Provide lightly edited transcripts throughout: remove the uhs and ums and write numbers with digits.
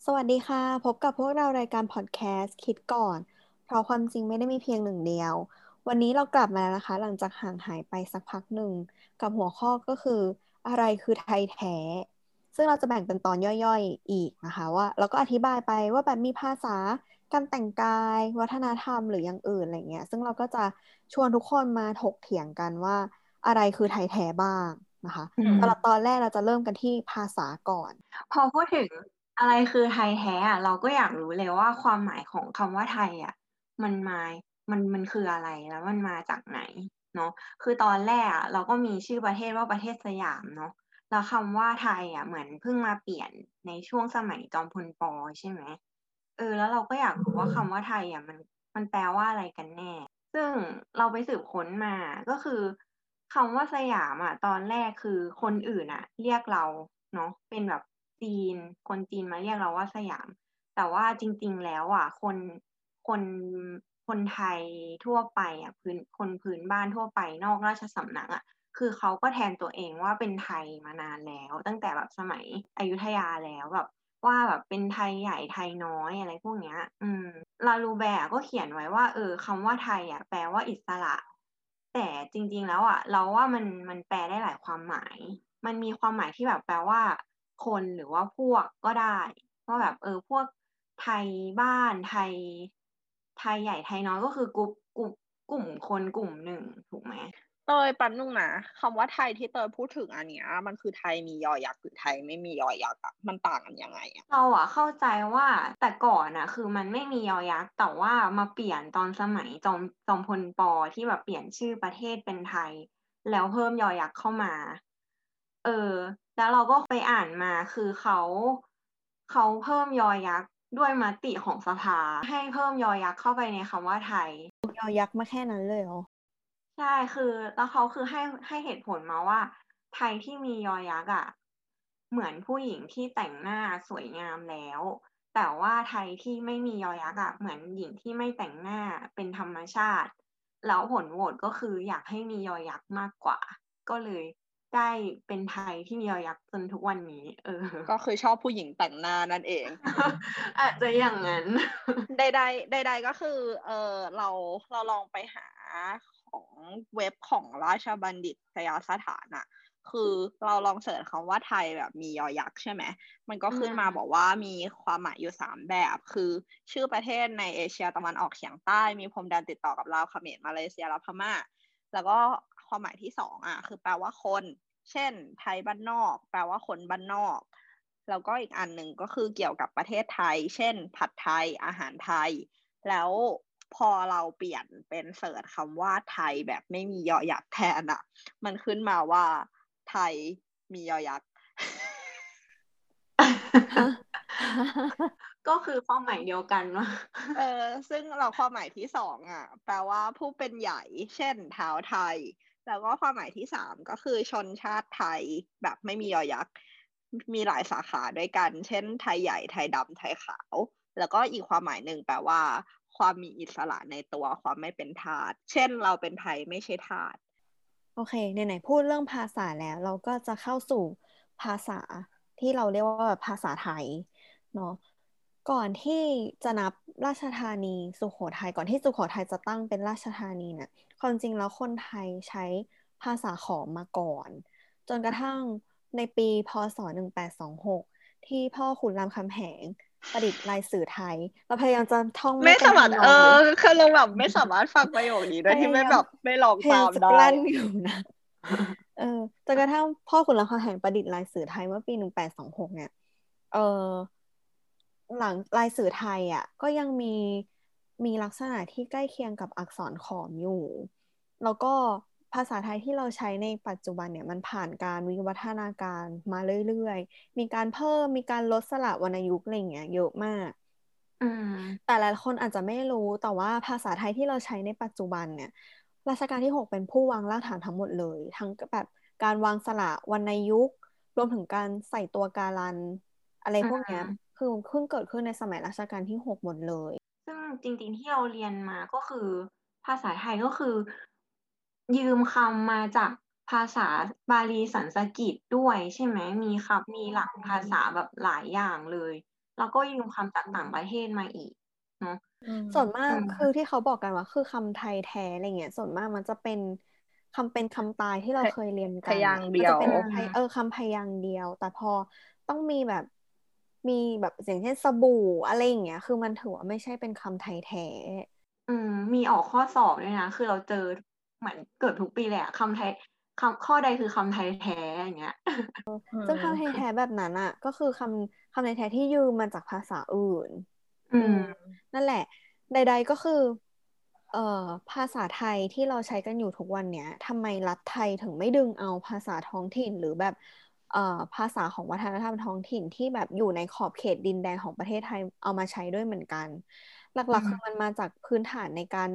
สวัสดีค่ะพบกับพวกเรารายการพอดแคสต์คิดก่อนเพราะความจริงไม่ได้มีเพียงหนึ่งเดียววันนี้เรากลับมาแล้วนะคะหลังจากห่างหายไปสักพักหนึ่งกับหัวข้อก็คืออะไรคือไทยแท้ซึ่งเราจะแบ่งเป็นตอนย่อยๆอีกนะคะว่าเราก็อธิบายไปว่าแบบมีภาษาการแต่งกายวัฒนธรรมหรืออย่างอื่นอะไรเงี้ยซึ่งเราก็จะชวนทุกคนมาถกเถียงกันว่าอะไรคือไทยแท้บ้างนะคะอืสำหรับมตอนแรกเราจะเริ่มกันที่ภาษาก่อนพอพูดถึงอะไรคือไทยแท้อะเราก็อยากรู้เลยว่าความหมายของคำว่าไทยอะมันมามันคืออะไรแล้วมันมาจากไหนเนาะคือตอนแรกอะเราก็มีชื่อประเทศว่าประเทศสยามเนาะแล้วคำว่าไทยอะเหมือนเพิ่งมาเปลี่ยนในช่วงสมัยจอมพลปใช่ไหมแล้วเราก็อยากรู้ว่าคำว่าไทยอะมันแปลว่าอะไรกันแน่ซึ่งเราไปสืบค้นมาก็คือคำว่าสยามอะตอนแรกคือคนอื่นอะเรียกเรา เนาะเป็นแบบจีนคนจีนมาเรียกเราว่าสยามแต่ว่าจริงๆแล้วอะคนคนไทยทั่วไปอะพื้นบ้านทั่วไปนอกราชสำนักอะคือเขาก็แทนตัวเองว่าเป็นไทยมานานแล้วตั้งแต่แบบสมัยอยุธยาแล้วแบบว่าแบบเป็นไทยใหญ่ไทยน้อยอะไรพวกเนี้ยลาลูแบร์ก็เขียนไว้ว่าคำว่าไทยอะแปลว่าอิสระแต่จริงๆแล้วอะเราว่ามันแปลได้หลายความหมาย มันมีความหมายที่แบบแปลว่าคนหรือว่าพวกก็ได้ว่าแบบพวกไทยบ้านไทยใหญ่ไทยน้อยก็คือกลุ่มคนกลุ่มหนึ่งถูกไหมเตยแป๊บหนึ่งนะคำว่าไทยที่เตยพูดถึงอันเนี้ยมันคือไทยมียอยักษ์หรือไทยไม่มียอยักษ์อะมันต่างกันยังไงอะเราอะเข้าใจว่าแต่ก่อนอะคือมันไม่มียอยักษ์แต่ว่ามาเปลี่ยนตอนสมัยจอมพลปที่แบบเปลี่ยนชื่อประเทศเป็นไทยแล้วเพิ่มยอยักษ์เข้ามาเออแล้วเราก็ไปอ่านมาคือเขาเพิ่มยอยักษ์ด้วยมติของสภาให้เพิ่มยอยักษ์เข้าไปในคำว่าไทยยอยักษ์มาแค่นั้นเลยเหรอใช่คือแล้วเขาคือให้เหตุผลมาว่าไทยที่มียอยักษ์อะเหมือนผู้หญิงที่แต่งหน้าสวยงามแล้วแต่ว่าไทยที่ไม่มียอยักษ์อะเหมือนหญิงที่ไม่แต่งหน้าเป็นธรรมชาติแล้วผลโหวตก็คืออยากให้มียอยักษ์มากกว่าก็เลยได้เป็นไทยที่มียอยักษ์จนทุกวันนี้ก็คือชอบผู้หญิงแต่งหน้านั่นเองอาจจะอย่างนั้นใดๆใดๆก็คือเราลองไปหาของเว็บของราชบัณฑิตยสถานอะคือเราลองเสิร์ชคำว่าไทยแบบมียอยักษ์ใช่ไหมมันก็อืขึ้นมาบอกมว่ามีความหมายอยู่3แบบคือชื่อประเทศในเอเชียตะวันออกเฉียงใต้มีพรมแดนติดต่อกับลาวเขมรมาเลเซียและพม่าแล้วก็ความหมายที่2อ่ะคือแปลว่าคนเช่นไทยบ้านนอกแปลว่าคนบ้านนอก แล้วก็อีกอันหนึ่งก็คือเกี่ยวกับประเทศไทย เช่นผัดไทยอาหารไทย แล้วพอเราเปลี่ยนเป็นเสิร์ชคำว่าไทยแบบไม่มียอยักษ์แทนอ่ะมันขึ้นมาว่าไทยมียอยักษ์ฮะก็คือความหมายเดียวกันว่าซึ่งเราความหมายที่2อ่ะแปลว่าผู้เป็นใหญ่เช่นเท้าไทยแล้วก็ความหมายที่3ก็คือชนชาติไทยแบบไม่มียอยักษ์มีหลายสาขาด้วยกันเช่นไทยใหญ่ไทยดำไทยขาวแล้วก็อีกความหมายหนึ่งแปลว่าความมีอิสระในตัวความไม่เป็นทาสเช่นเราเป็นไทยไม่ใช่ทาสโอเคไหนๆพูดเรื่องภาษาแล้วเราก็จะเข้าสู่ภาษาที่เราเรียกว่าแบบภาษาไทยเนาะก่อนที่จะนับราชธานีสุโขทัยก่อนที่สุโขทัยจะตั้งเป็นราชธานีเนี่ยความจริงแล้วคนไทยใช้ภาษาขอมมาก่อนจนกระทั่งในปีพศ1826ที่พ่อขุนรามคำแหงประดิษฐ์ลายสื่อไทยเราพยายามจะท่องไม่ไม่เป็นสามารถทำนองอยู่คือเราแบบไม่สามารถฟังประโยคนี้พโดยที่ยายามไม่แบบไม่ลองพยายามตามได้จะกลั้นอยู่นะ เออจนกระทั่งพ่อขุนรามคำแหงประดิษฐ์ลายสื่อไทยเมื่อปี1826เนี่ยเออหลังลายสื่อไทยอ่ะก็ยังมีลักษณะที่ใกล้เคียงกับอักษรขอมอยู่แล้วก็ภาษาไทยที่เราใช้ในปัจจุบันเนี่ยมันผ่านการวิวัฒนาการมาเรื่อยๆมีการเพิ่มมีการลดสระวรรณยุกต์อะไรอย่างเงี้ยเยอะมากอืมแต่หลายคนอาจจะไม่รู้แต่ว่าภาษาไทยที่เราใช้ในปัจจุบันเนี่ยรัชกาลที่6เป็นผู้วางรากฐานทั้งหมดเลยทั้งแบบการวางสระวรรณยุกต์รวมถึงการใส่ตัวการันอะไรอืพวกเนี้ยมคือเพิ่งเกิดขึ้นในสมัยรัชกาลที่6หมดเลยซึ่งจริงๆที่เราเรียนมาก็คือภาษาไทยก็คือยืมคำมาจากภาษาบาลีสันสกฤตด้วยใช่ไหมมีหลักภาษาแบบหลายอย่างเลยเราก็ยืมคำจากต่างประเทศมาอีกเนาะส่วนมากคือที่เขาบอกกันว่าคือคำไทยแท้อะไรเงี้ยส่วนมากมันจะเป็นคำตายที่เราเคยเรียนพกันยางค์เดีมันยวจะเป็นคำพยางค์เดียวแต่พอต้องมีแบบอย่างเช่นสบู่อะไรอย่างเงี้ยคือมันถือว่าไม่ใช่เป็นคำไทยแท้มีออกข้อสอบด้วยนะคือเราเจอเหมือนเกิดทุกปีเลยอะคำไทยข้อใดคือคำไทยแท้อย่างเงี้ยซึ่งคำไทยแท้แบบนั้นอ่ะก็คือคำไทยแท้ที่ยืมมาจากภาษาอื่นนั่นแหละใดๆก็คือเอ่อภาษาไทยที่เราใช้กันอยู่ทุกวันเนี้ยทำไมรัฐไทยถึงไม่ดึงเอาภาษาท้องถิ่นหรือแบบภาษาของวัฒนธรรมท้องถิ่นที่แบบอยู่ในขอบเขตดินแดนของประเทศไทยเอามาใช้ด้วยเหมือนกันหลักๆคือมันมาจากพื้นฐานในการ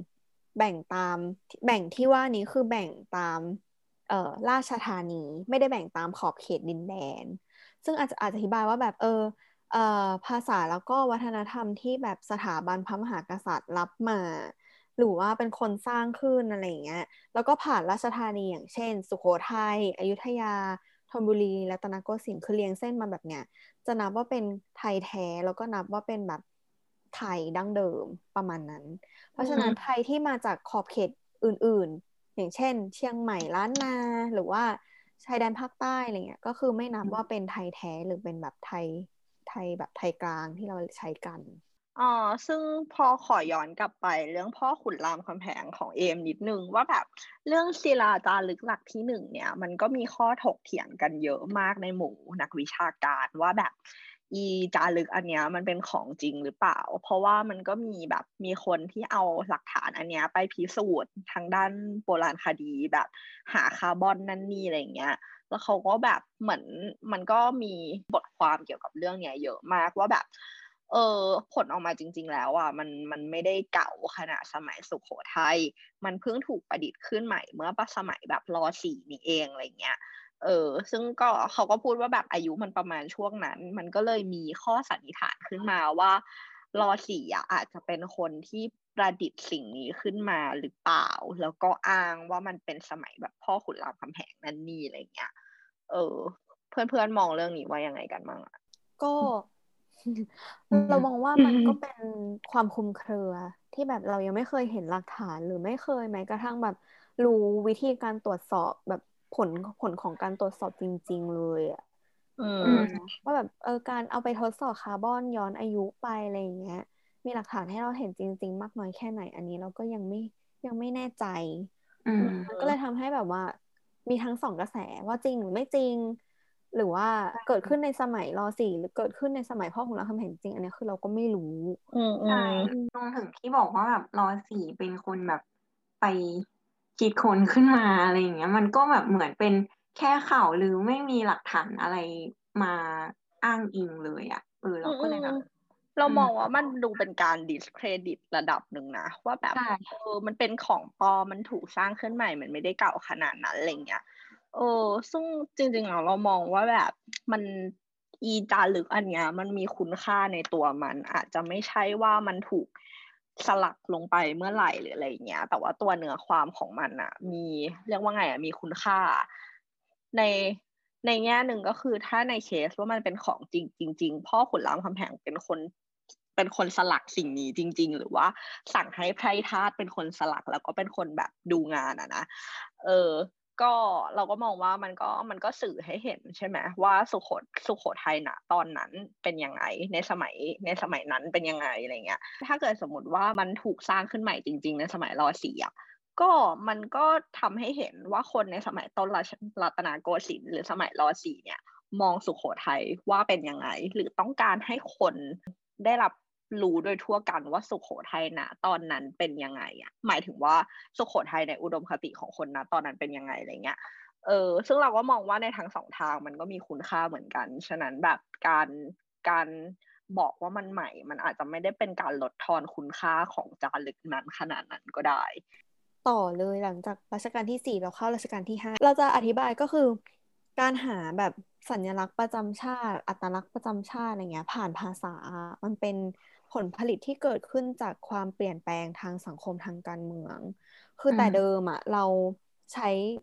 แบ่งที่ว่านี้คือแบ่งตามราชธานีไม่ได้แบ่งตามขอบเขตดินแดนซึ่งอาจจะอธิบายว่าแบบเอ่อภาษาแล้วก็วัฒนธรรมที่แบบสถาบันพระมหากษัตริย์รับมาหรือว่าเป็นคนสร้างขึ้นอะไรอย่างเงี้ยแล้วก็ผ่านราชธานีอย่างเช่นสุโขทัยอยุธยาธนบุรีรัตนโกสินทร์คือเรียงเส้นมาแบบเนี้ยจะนับว่าเป็นไทยแท้แล้วก็นับว่าเป็นแบบไทยดั้งเดิมประมาณนั้นเพราะฉะนั้นไทยที่มาจากขอบเขตอื่นๆอย่างเช่นเชียงใหม่ล้านนาหรือว่าชายแดนภาคใต้อะไรเงี้ยก็คือไม่นับว่าเป็นไทยแท้หรือเป็นแบบไทยแบบไทยกลางที่เราใช้กันซึ่งพอขอย้อนกลับไปเรื่องพ่อขุนรามคำแหงของเอมนิดนึงว่าแบบเรื่องศิลาจารึกหลักที่1เนี่ยมันก็มีข้อถกเถียงกันเยอะมากในหมู่นักวิชาการว่าแบบอีจารึกอันเนี้ยมันเป็นของจริงหรือเปล่าเพราะว่ามันก็มีคนที่เอาหลักฐานอันเนี้ยไปพิสูจน์ทางด้านโบราณคดีแบบหาคาร์บอนนั่นนี่อะไรเงี้ยแล้วเขาก็แบบเหมือนมันก็มีบทความเกี่ยวกับเรื่องเนี้ยเยอะมากว่าแบบผลออกมาจริงๆแล้วอ่ะมันไม่ได้เก่าขนาดสมัยสุโขทัยมันเพิ่งถูกประดิษฐ์ขึ้นใหม่เมื่อสมัยแบบร.4นี่เองอะไรเงี้ยซึ่งก็เขาก็พูดว่าแบบอายุมันประมาณช่วงนั้นมันก็เลยมีข้อสันนิษฐานขึ้นมาว่าร.4อ่ะอาจจะเป็นคนที่ประดิษฐ์สิ่งนี้ขึ้นมาหรือเปล่าแล้วก็อ้างว่ามันเป็นสมัยแบบพ่อขุนรามคำแหงนั่นนี่อะไรเงี้ยเออเพื่อนๆมองเรื่องนี้ว่ายังไงกันบ้างอ่ะก็ เรามองว่ามันก็เป็นความคลุมเครือที่แบบเรายังไม่เคยเห็นหลักฐานหรือไม่เคยแม้กระทั่งแบบรู้วิธีการตรวจสอบแบบผลของการตรวจสอบจริงๆเลยอ่ะเออว่าแบบการเอาไปทดสอบคาร์บอนย้อนอายุไปอะไรอย่างเงี้ยมีหลักฐานให้เราเห็นจริงๆมากน้อยแค่ไหนอันนี้เราก็ยังไม่แน่ใจมันก็เลยทำให้แบบว่ามีทั้งสองกระแสว่าจริงหรือไม่จริง หรือว่าเกิดขึ้นในสมัยร.4หรือเกิดขึ้นในสมัยพ่อของเราคำแหงจริงอันนี้คือเราก็ไม่รู้ใช่ตรงถึงที่บอกว่าแบบร.4เป็นคนแบบไปคิดค้นขึ้นมาอะไรอย่างเงี้ยมันก็แบบเหมือนเป็นแค่ข่าวลือไม่มีหลักฐานอะไรมาอ้างอิงเลยอ่ะเราก็เลยแบบเรามองว่ามันดูเป็นการดิสเครดิตระดับหนึ่งนะว่าแบบมันเป็นของปลอมมันถูกสร้างขึ้นใหม่มันไม่ได้เก่าขนาดนั้นอะไรเงี้ยซึ่งจริงๆเรามองว่าแบบมันอีจารึกอันเนี้ยมันมีคุณค่าในตัวมันอาจจะไม่ใช่ว่ามันถูกสลักลงไปเมื่อไหร่หรืออะไรเงี้ยแต่ว่าตัวเนื้อความของมันอะมีเรียกว่าไงอะมีคุณค่าในแง่หนึ่งก็คือถ้าในเคสว่ามันเป็นของจริงจริงพ่อขุนรามคำแหงเป็นคนสลักสิ่งนี้จริงๆหรือว่าสั่งให้ไพร่ทาสเป็นคนสลักแล้วก็เป็นคนแบบดูงานอะนะก็เราก็มองว่ามันก็สื่อให้เห็นใช่ไหมว่าสุโขทัยนะตอนนั้นเป็นยังไงในสมัยนั้นเป็นยังไงอะไรเงี้ยถ้าเกิดสมมติว่ามันถูกสร้างขึ้นใหม่จริงๆในสมัยร.4อ่ะก็มันก็ทำให้เห็นว่าคนในสมัยต้นรัตนโกสินทร์หรือสมัยร.4เนี่ยมองสุโขทัยว่าเป็นยังไงหรือต้องการให้คนได้รับรู้โดยทั่วกันว่าสุโขทัยนะตอนนั้นเป็นยังไงอ่ะหมายถึงว่าสุโขทัยในอุดมคติของคนนะตอนนั้นเป็นยังไงอะไรเงี้ยซึ่งเราก็มองว่าในทั้งสองทางมันก็มีคุณค่าเหมือนกันฉะนั้นแบบการบอกว่ามันใหม่มันอาจจะไม่ได้เป็นการลดทอนคุณค่าของจารึกนั้นขนาดนั้นก็ได้ต่อเลยหลังจากรัชกาลที่4เราเข้ารัชกาลที่5เราจะอธิบายก็คือการหาแบบสัญลักษณ์ประจำชาติอัตลักษณ์ประจำชาติอะไรเงี้ยผ่านภาษามันเป็นผลผลิตที่เกิดขึ้นจากความเปลี่ยนแปลงทางสังคมทางการเมืองคือแต่เดิมอ่ะเราใช้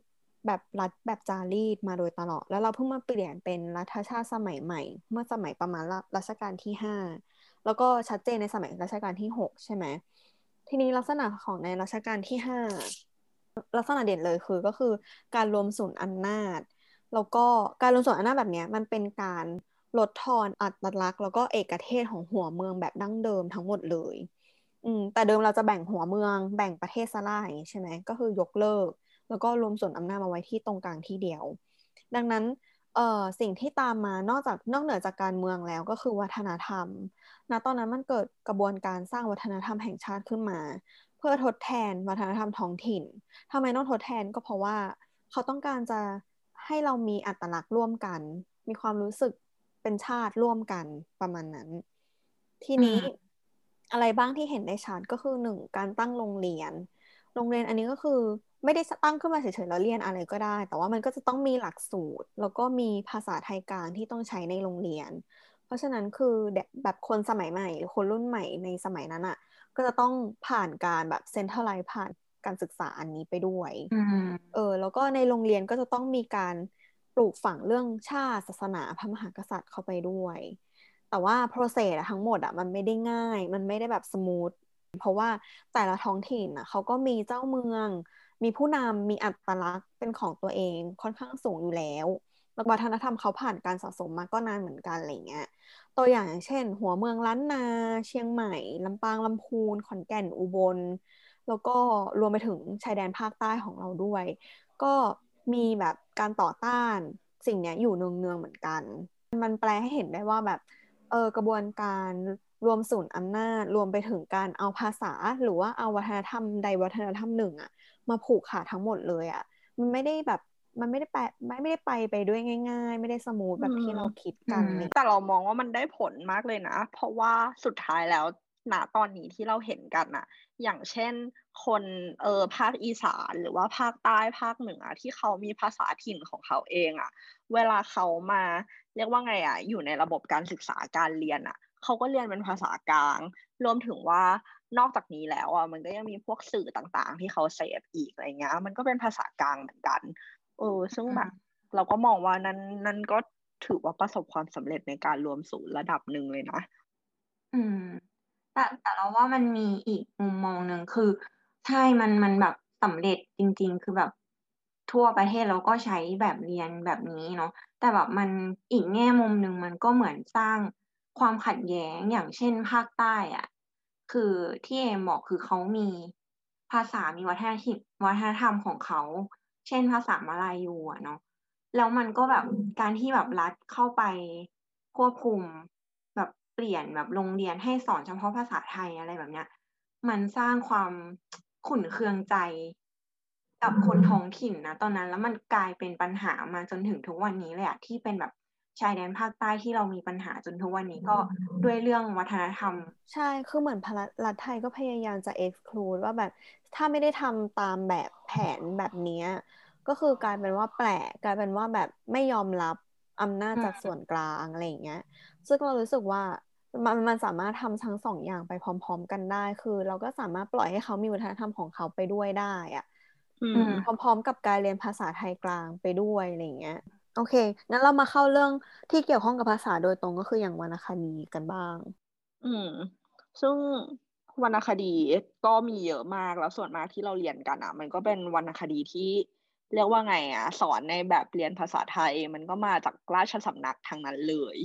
แบบรัฐแบบจารีตมาโดยตลอดแล้วเราเพิ่งมาเปลี่ยนเป็นรัฐชาติสมัยใหม่เมื่อสมัยประมาณรัชกาลที่5แล้วก็ชัดเจนในสมัยรัชกาลที่6ใช่ไหมทีนี้ลักษณะของในรัชกาลที่5ลักษณะเด่นเลยก็คือการรวมศูนย์อำนาจแล้วก็การรวมศูนย์อำนาจแบบนี้มันเป็นการลดทอนอัตลักษณ์แล้วก็เอกเทศของหัวเมืองแบบดั้งเดิมทั้งหมดเลยแต่เดิมเราจะแบ่งหัวเมืองแบ่งประเทศซะล่าอย่างนี้ใช่ไหมก็คือยกเลิกแล้วก็รวมส่วนอำนาจมาไว้ที่ตรงกลางที่เดียวดังนั้นสิ่งที่ตามมนอกเหนือจากการเมืองแล้วก็คือวัฒนธรรมตอนนั้นมันเกิดกระบวนการสร้างวัฒนธรรมแห่งชาติขึ้นมาเพื่อทดแทนวัฒนธรรมท้องถิ่นทำไมต้องทดแทนก็เพราะว่าเขาต้องการจะให้เรามีอัตลักษณ์ร่วมกันมีความรู้สึกเป็นชาติร่วมกันประมาณนั้นทีนี้อะไรบ้างที่เห็นได้ชัดก็คือ1การตั้งโรงเรียนอันนี้ก็คือไม่ได้ตั้งขึ้นมาเฉยๆแล้วเรียนอะไรก็ได้แต่ว่ามันก็จะต้องมีหลักสูตรแล้วก็มีภาษาไทยกลางที่ต้องใช้ในโรงเรียนเพราะฉะนั้นคือแบบคนสมัยใหม่หรือคนรุ่นใหม่ในสมัยนั้นอ่ะก็จะต้องผ่านการแบบเซ็นทรัลไลซ์ผ่านการศึกษาอันนี้ไปด้วยแล้วก็ในโรงเรียนก็จะต้องมีการปลูกฝังเรื่องชาติศาสนาพระมหากษัตริย์เข้าไปด้วยแต่ว่า process ทั้งหมดอ่ะมันไม่ได้ง่ายมันไม่ได้แบบสมูทเพราะว่าแต่ละท้องถิ่นอ่ะเขาก็มีเจ้าเมืองมีผู้นำมีอัตลักษณ์เป็นของตัวเองค่อนข้างสูงอยู่แล้ววัฒนธรรมเขาผ่านการสะสมมาก็นานเหมือนกันอะไรเงี้ยตัวอย่างเช่นหัวเมืองล้านนาเชียงใหม่ลำปางลำพูนขอนแก่นอุบลแล้วก็รวมไปถึงชายแดนภาคใต้ของเราด้วยก็มีแบบการต่อต้านสิ่งนี้อยู่เนืองๆเหมือนกันมันแปลให้เห็นได้ว่าแบบกระบวนการรวมศูนย์อำนาจรวมไปถึงการเอาภาษาหรือว่าเอาวัฒนธรรมใดวัฒนธรรมหนึ่งอะมาผูกขาดทั้งหมดเลยอะมันไม่ได้แบบมันไม่ได้ไปด้วยง่ายๆไม่ได้สมูทแบบที่เราคิดกันเลยแต่เรามองว่ามันได้ผลมากเลยนะเพราะว่าสุดท้ายแล้วณตอนนี้ที่เราเห็นกันอะอย่างเช่นคนภาคอีสานหรือว่าภาคใต้ภาคเหนือที่เขามีภาษาถิ่นของเขาเองอะเวลาเขามาเรียกว่าไงอะอยู่ในระบบการศึกษาการเรียนอะเขาก็เรียนเป็นภาษากลางรวมถึงว่านอกจากนี้แล้วอ่ะมันก็ยังมีพวกสื่อต่างๆที่เขาเสพอีกอะไรเงี้ยมันก็เป็นภาษากลางเหมือนกันซึ่งแบบเราก็มองว่านั้นก็ถือว่าประสบความสำเร็จในการรวมศูนย์ระดับหนึ่งเลยนะแต่เราว่ามันมีอีกมุมมองหนึ่งคือใช่มันแบบสำเร็จจริงๆคือแบบทั่วประเทศเราก็ใช้แบบเรียนแบบนี้เนาะแต่แบบมันอีกแง่มุมหนึ่งมันก็เหมือนสร้างความขัดแย้งอย่างเช่นภาคใต้อ่ะคือที่เอมบอกคือเขามีภาษามีวัฒนธรรมของเขาเช่นภาษามลายูอ่ะเนาะแล้วมันก็แบบการที่แบบรัฐเข้าไปควบคุมแบบเปลี่ยนแบบโรงเรียนให้สอนเฉพาะภาษาไทยอะไรแบบเนี้ยมันสร้างความขุ่นเคืองใจกับคนท้องถิ่นนะตอนนั้นแล้วมันกลายเป็นปัญหามาจนถึงทุกวันนี้เลยอะที่เป็นแบบชายแดนภาคใต้ที่เรามีปัญหาจนทุกวันนี้ก็ด้วยเรื่องวัฒนธรรมใช่คือเหมือนรัฐไทยก็พยายามจะ exclude ว่าแบบถ้าไม่ได้ทำตามแบบแผนแบบเนี้ยก็คือกลายเป็นว่าแปลกกลายเป็นว่าแบบไม่ยอมรับอำนาจจากส่วนกลางอะไรอย่างเงี้ยซึ่งเรารู้สึกว่ามันสามารถทำทั้งสองอย่างไปพร้อมๆกันได้คือเราก็สามารถปล่อยให้เขามีวัฒนธรรมของเขาไปด้วยได้อะพร้อมๆกับการเรียนภาษาไทยกลางไปด้วยอะไรอย่างเงี้ยโอเคงั้นเรามาเข้าเรื่องที่เกี่ยวข้องกับภาษาโดยตรงก็คืออย่างวรรณคดีกันบ้างซึ่งวรรณคดีก็มีเยอะมากแล้วส่วนมากที่เราเรียนกันอ่ะมันก็เป็นวรรณคดีที่เรียกว่าไงอ่ะสอนในแบบเรียนภาษาไทยมันก็มาจากราชสำนักทางนั้นเลย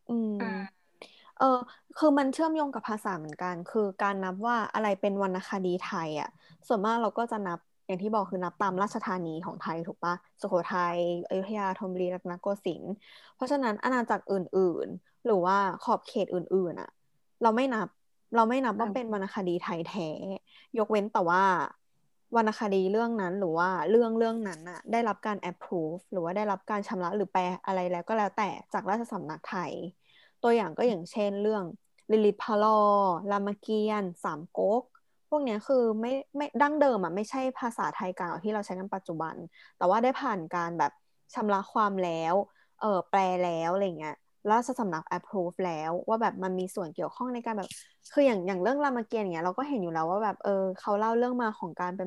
คือมันเชื่อมโยงกับภาษาเหมือนกันคือการนับว่าอะไรเป็นวรรณคดีไทยอ่ะส่วนมากเราก็จะนับอย่างที่บอกคือนับตามราชธานีของไทยถูกปะสุโขทัยอยุธยาธนบุรีรัตนโกสินทร์เพราะฉะนั้นอาณาจักรอื่นๆหรือว่าขอบเขตอื่นๆอ่ะเราไม่นับว่าเป็นวรรณคดีไทยแท้ยกเว้นแต่ว่าวรรณคดีเรื่องนั้นหรือว่าเรื่องนั้นน่ะได้รับการ approve หรือว่าได้รับการชำระหรือแปลอะไรแล้วก็แล้วแต่จากราชสำนักไทยตัวอย่างก็อย่างเช่นเรื่องลิลิตพะลอรามเกียรติ์สามก๊กพวกเนี้ยคือไม่ดั้งเดิมอ่ะไม่ใช่ภาษาไทยกลางที่เราใช้กันปัจจุบันแต่ว่าได้ผ่านการแบบชำระความแล้วแปลแล้วอะไรเงี้ยราชสำนัก approve แล้วว่าแบบมันมีส่วนเกี่ยวข้องในการแบบคืออย่างเรื่องรามเกียรติ์อย่างเงี้ยเราก็เห็นอยู่แล้วว่าแบบเขาเล่าเรื่องมาของการเป็นแบบ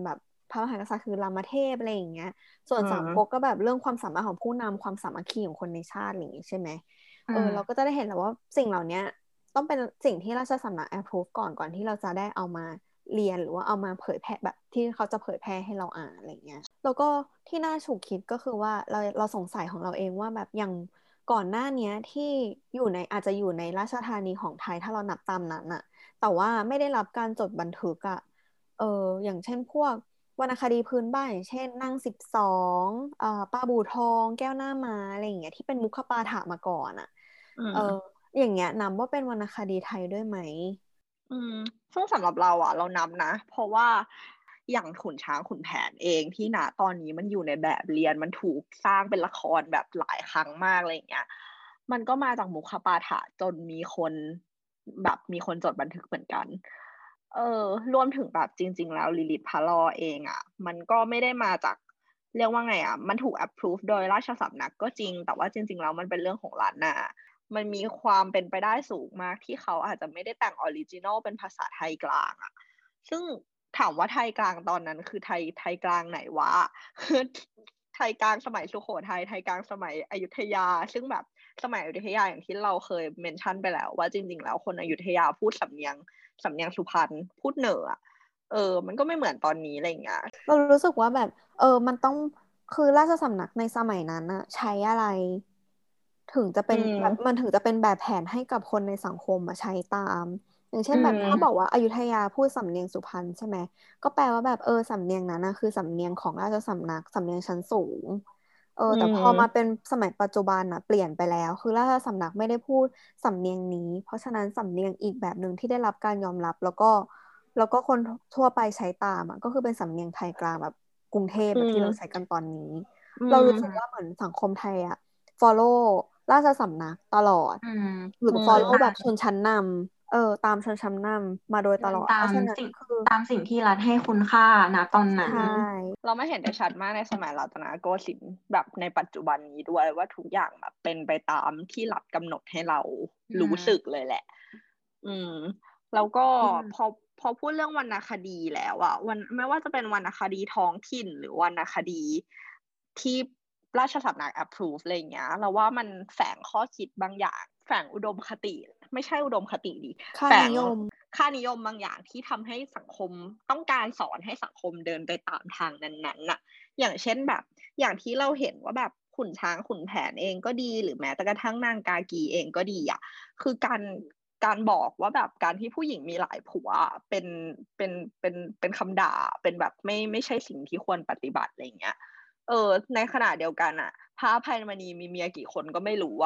พระมหากษัตริย์คือรามเทพอะไรอย่างเงี้ยส่วนอืสามมก๊กก็แบบเรื่องความสามารถของผู้นำความสามัคคีของคนในชาติอะไรอย่างงี้ใช่ไหมเราก็จะได้เห็นแล้วว่าสิ่งเหล่านี้ต้องเป็นสิ่งที่ราชสำนัก approve ก่อนที่เราจะได้เอามาเรียนหรือว่าเอามาเผยแพร่แบบที่เขาจะเผยแพร่ให้เราอ่านอะไรเงี้ยแล้วก็ที่น่าฉุกคิดก็คือว่าเราสงสัยของเราเองว่าแบบอย่างก่อนหน้านี้ที่อาจจะอยู่ในราชธานีของไทยถ้าเรานับตามนั้นอะแต่ว่าไม่ได้รับการจดบันทึกอะเอออย่างเช่นพวกวรรณคดีพื้นบ้านอย่างเช่นนาง12ป้าบูทองแก้วหน้าม้าอะไรอย่างเงี้ยที่เป็นมุขปาฐะมาก่อนอะอืเออมอย่างเงี้ยนับว่าเป็นวรรณคดีไทยด้วยไหมอืมซึ่งสำหรับเราเรานับนะเพราะว่าอย่างขุนช้างขุนแผนเองที่ณตอนนี้มันอยู่ในแบบเรียนมันถูกสร้างเป็นละครแบบหลายครั้งมากอะไรอย่างเงี้ยมันก็มาจากมุขปาฐะจนมีคนจดบันทึกเหมือนกันรวมถึงแบบจริงๆแล้วลิลิตพระลอเองมันก็ไม่ได้มาจากเรียกว่าไงมันถูก approve โดยราชสำนักก็จริงแต่ว่าจริงๆแล้วมันเป็นเรื่องของล้านนา มันมีความเป็นไปได้สูงมากที่เขาอาจจะไม่ได้แต่งออริจินอลเป็นภาษาไทยกลางซึ่งถามว่าไทยกลางตอนนั้นคือไทยกลางไหนวะคือไทยกลางสมัยสุโขทัยไทยกลางสมัยอยุธยาซึ่งแบบสมัยอยุธยาอย่างที่เราเคยเมนชั่นไปแล้วว่าจริงๆแล้วคนอยุธยาพูดสำเนียงสุพรรณพูดเหนือมันก็ไม่เหมือนตอนนี้อะไรอย่างเงี้ยเรารู้สึกว่าแบบมันต้องคือราชสำนักในสมัยนั้นอะใช้อะไรถึงจะเป็นแบบมันถึงจะเป็นแบบแผนให้กับคนในสังคมใช้ตามอย่างเช่นแบบถ้าบอกว่าอยุธยาพูดสำเนียงสุพรรณใช่ไหมก็แปลว่าแบบสำเนียงนั้นนะคือสำเนียงของราชสำนักสำเนียงชั้นสูงแต่พอมาเป็นสมัยปัจจุบันเปลี่ยนไปแล้วคือราชสำนักไม่ได้พูดสำเนียงนี้เพราะฉะนั้นสำเนียงอีกแบบหนึ่งที่ได้รับการยอมรับแล้วก็คนทั่วไปใช้ตามก็คือเป็นสำเนียงไทยกลางแบบกรุงเทพแบบที่เราใช้กันตอนนี้เรารู้สึกว่าเหมือนสังคมไทยfollow ราชสำนักตลอดหรือคือ follow แบบชนชั้นนำตามชนชั้นนำมาโดยตลอดเพราะฉะนั้นคือตามสิ่งที่รัฐให้คุณค่านะตอนนั้นใช่เราไม่เห็นได้ชัดมากในสมัยรัตนโกสินทร์แบบในปัจจุบันนี้ด้วยว่าทุกอย่างแบบเป็นไปตามที่รัฐกำหนดให้เรารู้สึกเลยแหละแล้วก็พอพูดเรื่องวรรณคดีแล้วไม่ว่าจะเป็นวรรณคดีท้องถิ่นหรือวรรณคดีที่ราชสำนัก approve อะไรเงี้ยเราว่ามันแฝงข้อคิดบางอย่างแฝงอุดมคติไม่ใช่อุดมคติดิค่านิยมค่านิยมบางอย่างที่ทำให้สังคมต้องการสอนให้สังคมเดินไปตามทางนั้นๆอย่างเช่นแบบอย่างที่เราเห็นว่าแบบขุนช้างขุนแผนเองก็ดีหรือแม้แต่กระทั่งนางกากีเองก็ดีคือการบอกว่าแบบการที่ผู้หญิงมีหลายผัวเป็นคำด่าเป็นแบบไม่ใช่สิ่งที่ควรปฏิบัติอะไรเงี้ยในขณะเดียวกันพระอภัยมณีมีเมียกี่คนก็ไม่รู้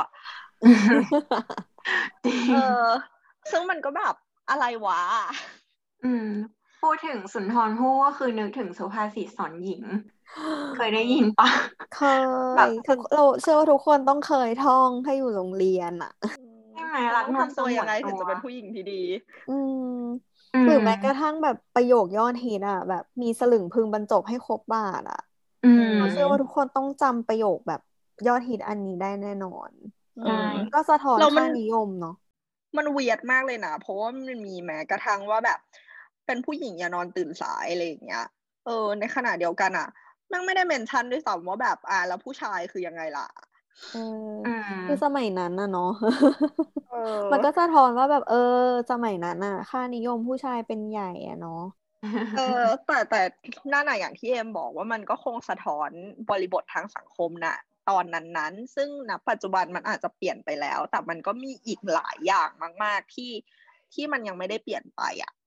ซึ่งมันก็แบบอะไรวะพูดถึงสุนทรภู่ก็คือนึกถึงสุภาษิตสอนหญิง เคยได้ยินปะเคยเราเชื่อว่าทุกคนต้องเคยท่องให้อยู่โรงเรียนใช่ไหมรักนวลสงวนถึงตัวจะเป็นผู้หญิงที่ดีหรือแม้กระทั่งแบบประโยคยอดฮิตแบบมีสลึงพึงบรรจบให้ครบบาทเราเชื่อว่าทุกคนต้องจำประโยคแบบยอดฮิตอันนี้ได้แน่นอนก็สะท้อนค่านิยมเนาะมันเวียดมากเลยนะเพราะว่ามันมีแม้กระทั่งว่าแบบเป็นผู้หญิงอย่านอนตื่นสายอะไรอย่างเงี้ยในขณะเดียวกันมันไม่ได้เมนชั่นด้วยซ้ำว่าแบบแล้วผู้ชายคือยังไงล่ะคือสมัยนั้นเนาะมันก็สะท้อนว่าแบบสมัยนั้นค่านิยมผู้ชายเป็นใหญ่เนาะแต่นั่นอย่างที่เอ็มบอกว่ามันก็คงสะท้อนบริบททางสังคมตอนนั้นซึ่งณปัจจุบันมันอาจจะเปลี่ยนไปแล้วแต่มันก็มีอีกหลายอย่างมากๆที่มันยังไม่ได้เปลี่ยนไป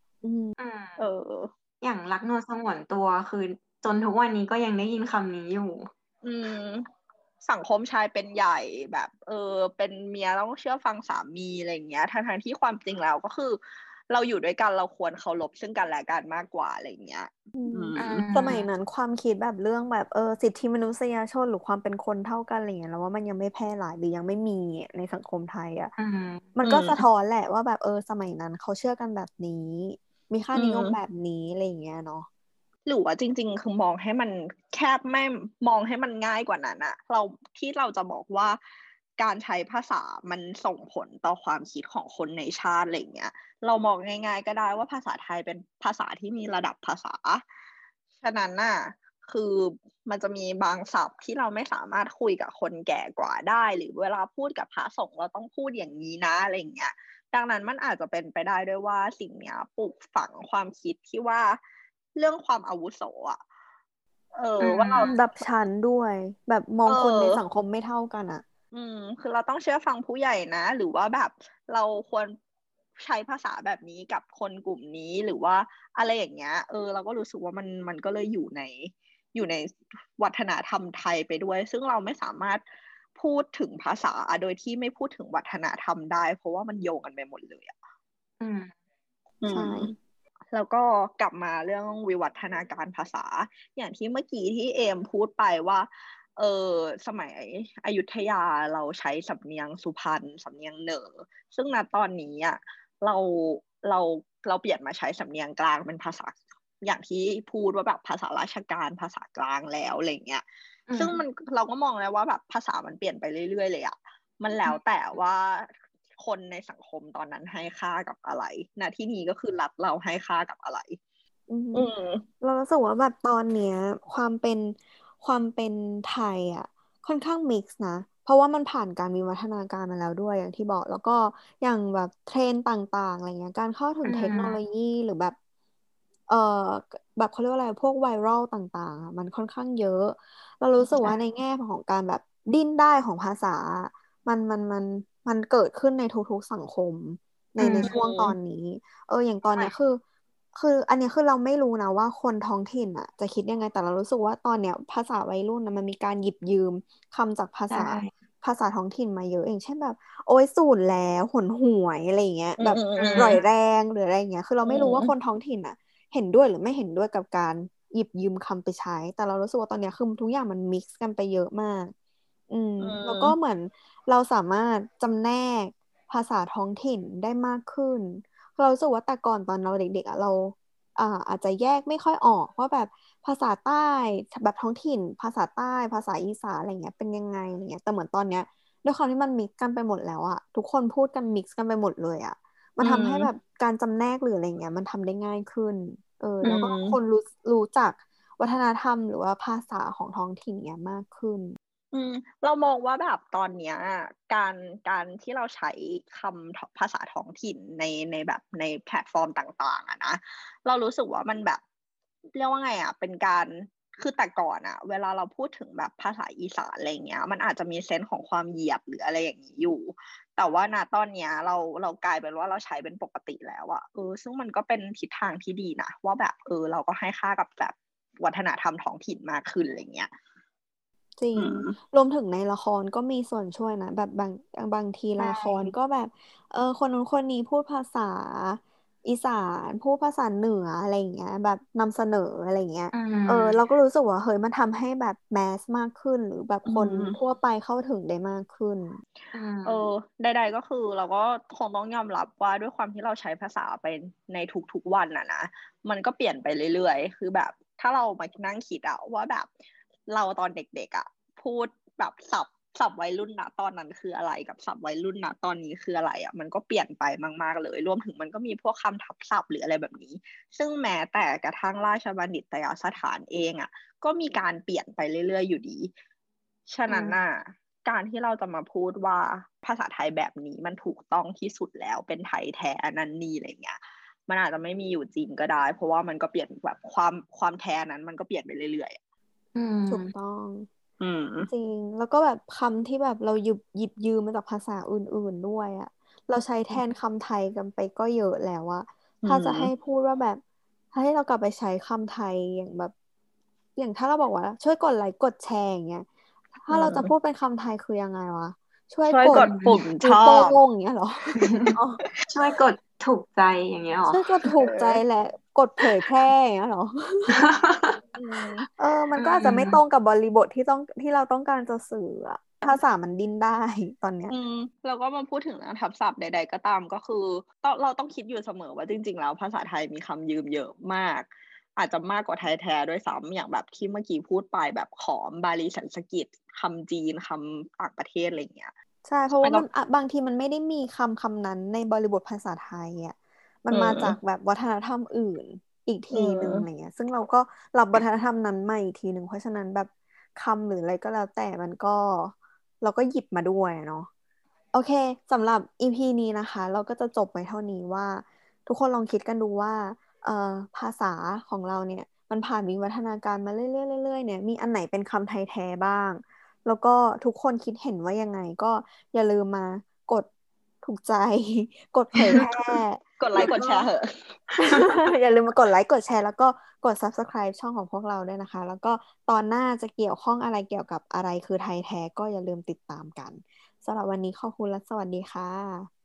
อย่างรักนวลสงวนตัวคือจนทุกวันนี้ก็ยังได้ยินคำนี้อยู่สังคมชายเป็นใหญ่แบบเป็นเมียต้องเชื่อฟังสามีอะไรอย่างเงี้ยทั้งที่ความจริงแล้วก็คือเราอยู่ด้วยกันเราควรเคารพซึ่งกันและกันมากกว่าอะไรอย่างเงี้ยสมัยนั้นความคิดแบบเรื่องแบบสิทธิมนุษยชนหรือความเป็นคนเท่ากันอะไรเงี้ยแล้วว่ามันยังไม่แพร่หลายหรือยังไม่มีในสังคมไทยมันก็สะท้อนแหละว่าแบบสมัยนั้นเขาเชื่อกันแบบนี้มีค่านิยมแบบนี้อะไรอย่างเงี้ยเนาะหรือว่าจริงๆคือมองให้มันแคบไม่มองให้มันง่ายกว่านั้นเราจะบอกว่าการใช้ภาษามันส่งผลต่อความคิดของคนในชาติอะไรเงี้ยเรามองง่ายๆก็ได้ว่าภาษาไทยเป็นภาษาที่มีระดับภาษาฉะนั้นน่ะคือมันจะมีบางศัพท์ที่เราไม่สามารถคุยกับคนแก่กว่าได้หรือเวลาพูดกับพระสงฆ์เราต้องพูดอย่างนี้นะอะไรอย่างเงี้ยดังนั้นมันอาจจะเป็นไปได้ด้วยว่าสิ่งเนี้ยปลูกฝังความคิดที่ว่าเรื่องความอาวุโสอ่ะว่าเราดับชั้นด้วยแบบมองคนในสังคมไม่เท่ากันอ่ะคือเราต้องเชื่อฟังผู้ใหญ่นะหรือว่าแบบเราควรใช้ภาษาแบบนี้กับคนกลุ่มนี้หรือว่าอะไรอย่างเงี้ยเราก็รู้สึกว่ามันก็เลยอยู่ในวัฒนธรรมไทยไปด้วยซึ่งเราไม่สามารถพูดถึงภาษาโดยที่ไม่พูดถึงวัฒนธรรมได้เพราะว่ามันโยงกันไปหมดเลยอ่ะใช่แล้วก็กลับมาเรื่องวิวัฒนาการภาษาอย่างที่เมื่อกี้ที่เอมพูดไปว่าสมัยอยุธยาเราใช้สำเนียงสุพรรณสำเนียงเหนือซึ่งณตอนนี้อ่ะเราเราเปลี่ยนมาใช้สำเนียงกลางเป็นภาษาอย่างที่พูดว่าแบบภาษาราชการภาษากลางแล้วอะไรเงี้ยซึ่งเราก็มองแล้วว่าแบบภาษามันเปลี่ยนไปเรื่อยๆเลยอ่ะมันแล้วแต่ว่าคนในสังคมตอนนั้นให้ค่ากับอะไรณที่นี้ก็คือรัฐเราให้ค่ากับอะไรเรารู้สึกว่าแบบตอนเนี้ยความเป็นไทยอ่ะค่อนข้างมิกซ์นะเพราะว่ามันผ่านการวิวัฒนาการมาแล้วด้วยอย่างที่บอกแล้วก็อย่างแบบเทรนด์ต่างๆอะไรเงี้ยการเข้าถึงเทคโนโลยีหรือแบบเอ่อแบบเขาเรียกว่าอะไรพวกไวรัลต่างๆอะมันค่อนข้างเยอะเรารู้สึกว่าในแง่ของการแบบดิ้นได้ของภาษามันมันมันมันเกิดขึ้นในทุกๆสังคมในช่วงตอนนี้อย่างตอนเนี้ยคืออันเนี้ยคือเราไม่รู้นะว่าคนท้องถิ่นอ่ะจะคิดยังไงแต่เรารู้สึกว่าตอนเนี้ยภาษาวัยรุ่นนะมันมีการหยิบยืมคำจากภาษาท้องถิ่นมาเยอะอย่างเช่นแบบโอ้ยสูญแล้วหนหวยอะไรเงี้ยแบบร่อยแรงหรืออะไรเงี้ยคือเราไม่รู้ว่าคนท้องถิ่นอ่ะเห็นด้วยหรือไม่เห็นด้วยกับการหยิบยืมคำไปใช้แต่เรารู้สึกว่าตอนเนี้ยคือทุกอย่างมันมิกซ์กันไปเยอะมากแล้วก็เหมือนเราสามารถจำแนกภาษาท้องถิ่นได้มากขึ้น เรารู้สึกว่าแต่ก่อนตอนเราเด็กๆอ่ะเราอาจจะแยกไม่ค่อยออกว่าแบบภาษาใต้แบบท้องถิ่นภาษาใต้ภาษาอีสานอะไรเงี้ยเป็นยังไงอะไรเงี้ยแต่เหมือนตอนเนี้ยด้วยความที่มันมิกซ์กันไปหมดแล้วอะทุกคนพูดกันมิกซ์กันไปหมดเลยอะมันทำให้แบบการจำแนกหรืออะไรเงี้ยมันทำได้ง่ายขึ้นแล้วก็คนรู้จักวัฒนธรรมหรือว่าภาษาของท้องถิ่นเนี้ยมากขึ้นเรามองว่าแบบตอนเนี้ยการที่เราใช้คำภาษาท้องถิ่นในแบบในแพลตฟอร์มต่างๆอะนะเรารู้สึกว่ามันแบบเรียกว่าไงอะเป็นการคือแต่ก่อนอะเวลาเราพูดถึงแบบภาษาอีสานอะไรเงี้ยมันอาจจะมีเซนส์ของความเหยียบหรืออะไรอย่างนี้อยู่แต่ว่าณตอนเนี้ยเรากลายเป็นว่าเราใช้เป็นปกติแล้วอะซึ่งมันก็เป็นทิศทางที่ดีนะว่าแบบเราก็ให้ค่ากับแบบวัฒนธรรมท้องถิ่นมากขึ้นอะไรเงี้ยจริงรวมถึงในละครก็มีส่วนช่วยนะแบบบางทีละครก็แบบคนนู้นคนนี้พูดภาษาอีสานพูดภาษาเหนืออะไรอย่างเงี้ยแบบนำเสนออะไรอย่างเงี้ยเราก็รู้สึกว่าเฮ้ยมันทำให้แบบแมสมากขึ้นหรือแบบคนทั่วไปเข้าถึงได้มากขึ้นใดๆก็คือเราก็คงต้องยอมรับว่าด้วยความที่เราใช้ภาษาไปในทุกๆวันนะมันก็เปลี่ยนไปเรื่อยๆคือแบบถ้าเรามานั่งคิดอะว่าแบบเราตอนเด็กๆอะพูดแบบศัพท์วัยรุ่นนะตอนนั้นคืออะไรกับศัพท์วัยรุ่นนะตอนนี้คืออะไรอะมันก็เปลี่ยนไปมากๆเลยรวมถึงมันก็มีพวกคำทับศัพท์หรืออะไรแบบนี้ซึ่งแม้แต่กระทั่งราชบัณฑิตยสถานเองอะก็มีการเปลี่ยนไปเรื่อยๆอยู่ดีฉะนั้นน่ะการที่เราจะมาพูดว่าภาษาไทยแบบนี้มันถูกต้องที่สุดแล้วเป็นไทยแท้นั่นนี่อะไรเงี้ยมันอาจจะไม่มีอยู่จริงก็ได้เพราะว่ามันก็เปลี่ยนแบบความแท้นั้นมันก็เปลี่ยนไปเรื่อยๆถูกต้องจริงแล้วก็แบบคำที่แบบเราหยิบยืมมาจากภาษาอื่นๆด้วยอะเราใช้แทนคำไทยกันไปก็เยอะแล้วอะถ้าจะให้พูดว่าแบบให้เรากลับไปใช้คำไทยอย่างแบบอย่างถ้าเราบอกว่าช่วยกดไลค์กดแชร์อย่างเงี้ยถ้าเราจะพูดเป็นคำไทยคือยังไงวะช่วยกดปุ่มชอโป้บงอย่างเงี้ยเหรอช่วยกดถูกใจอย่างเงี้ยหรอช่วยกดถูกใจและกดเผยแพร่อย่างเงี้ยเหรอ มันก็อาจจะไม่ตรงกับบริบทที่เราต้องการจะสื่ออะภาษามันดิ้นได้ตอนเนี้ยเราก็มาพูดถึงเรื่องทับศัพท์ใดๆก็ตามก็คือเราต้องคิดอยู่เสมอว่าจริงๆแล้วภาษาไทยมีคำยืมเยอะมากอาจจะมากกว่าไทยแท้ด้วยซ้ำอย่างแบบที่เมื่อกี้พูดไปแบบขอมบาลีสันสกฤตคำจีนคำต่างประเทศอะไรเงี้ยใช่เพราะว่ามันบางทีมันไม่ได้มีคำนั้นในบริบทภาษาไทยอ่ะมันมาจากแบบวัฒนธรรมอื่นอีกทีหนึ่งอะไรเงี้ยซึ่งเราก็รับวัฒนธรรมนั้นมาอีกทีหนึ่งเพราะฉะนั้นแบบคำหรืออะไรก็แล้วแต่มันก็เราก็หยิบมาด้วยเนาะโอเคสำหรับ EP นี้นะคะเราก็จะจบไว้เท่านี้ว่าทุกคนลองคิดกันดูว่าภาษาของเราเนี่ยมันผ่านวิวัฒนาการมาเรื่อยๆเรื่อยๆเนี่ยมีอันไหนเป็นคำไทยแท้บ้างแล้วก็ทุกคนคิดเห็นว่ายังไงก็อย่าลืมมากดถูกใจ กดเผยแพร่กดไลค์กดแชร์เหอะอย่าลืมมากดไลค์กดแชร์แล้วก็กด subscribe ช่องของพวกเราด้วยนะคะ แล้วก็ตอนหน้าจะเกี่ยวข้องอะไรเกี่ยวกับอะไรคือไทยแท้ก็อย่าลืมติดตามกันสำหรับวันนี้ขอบคุณและสวัสดีค่ะ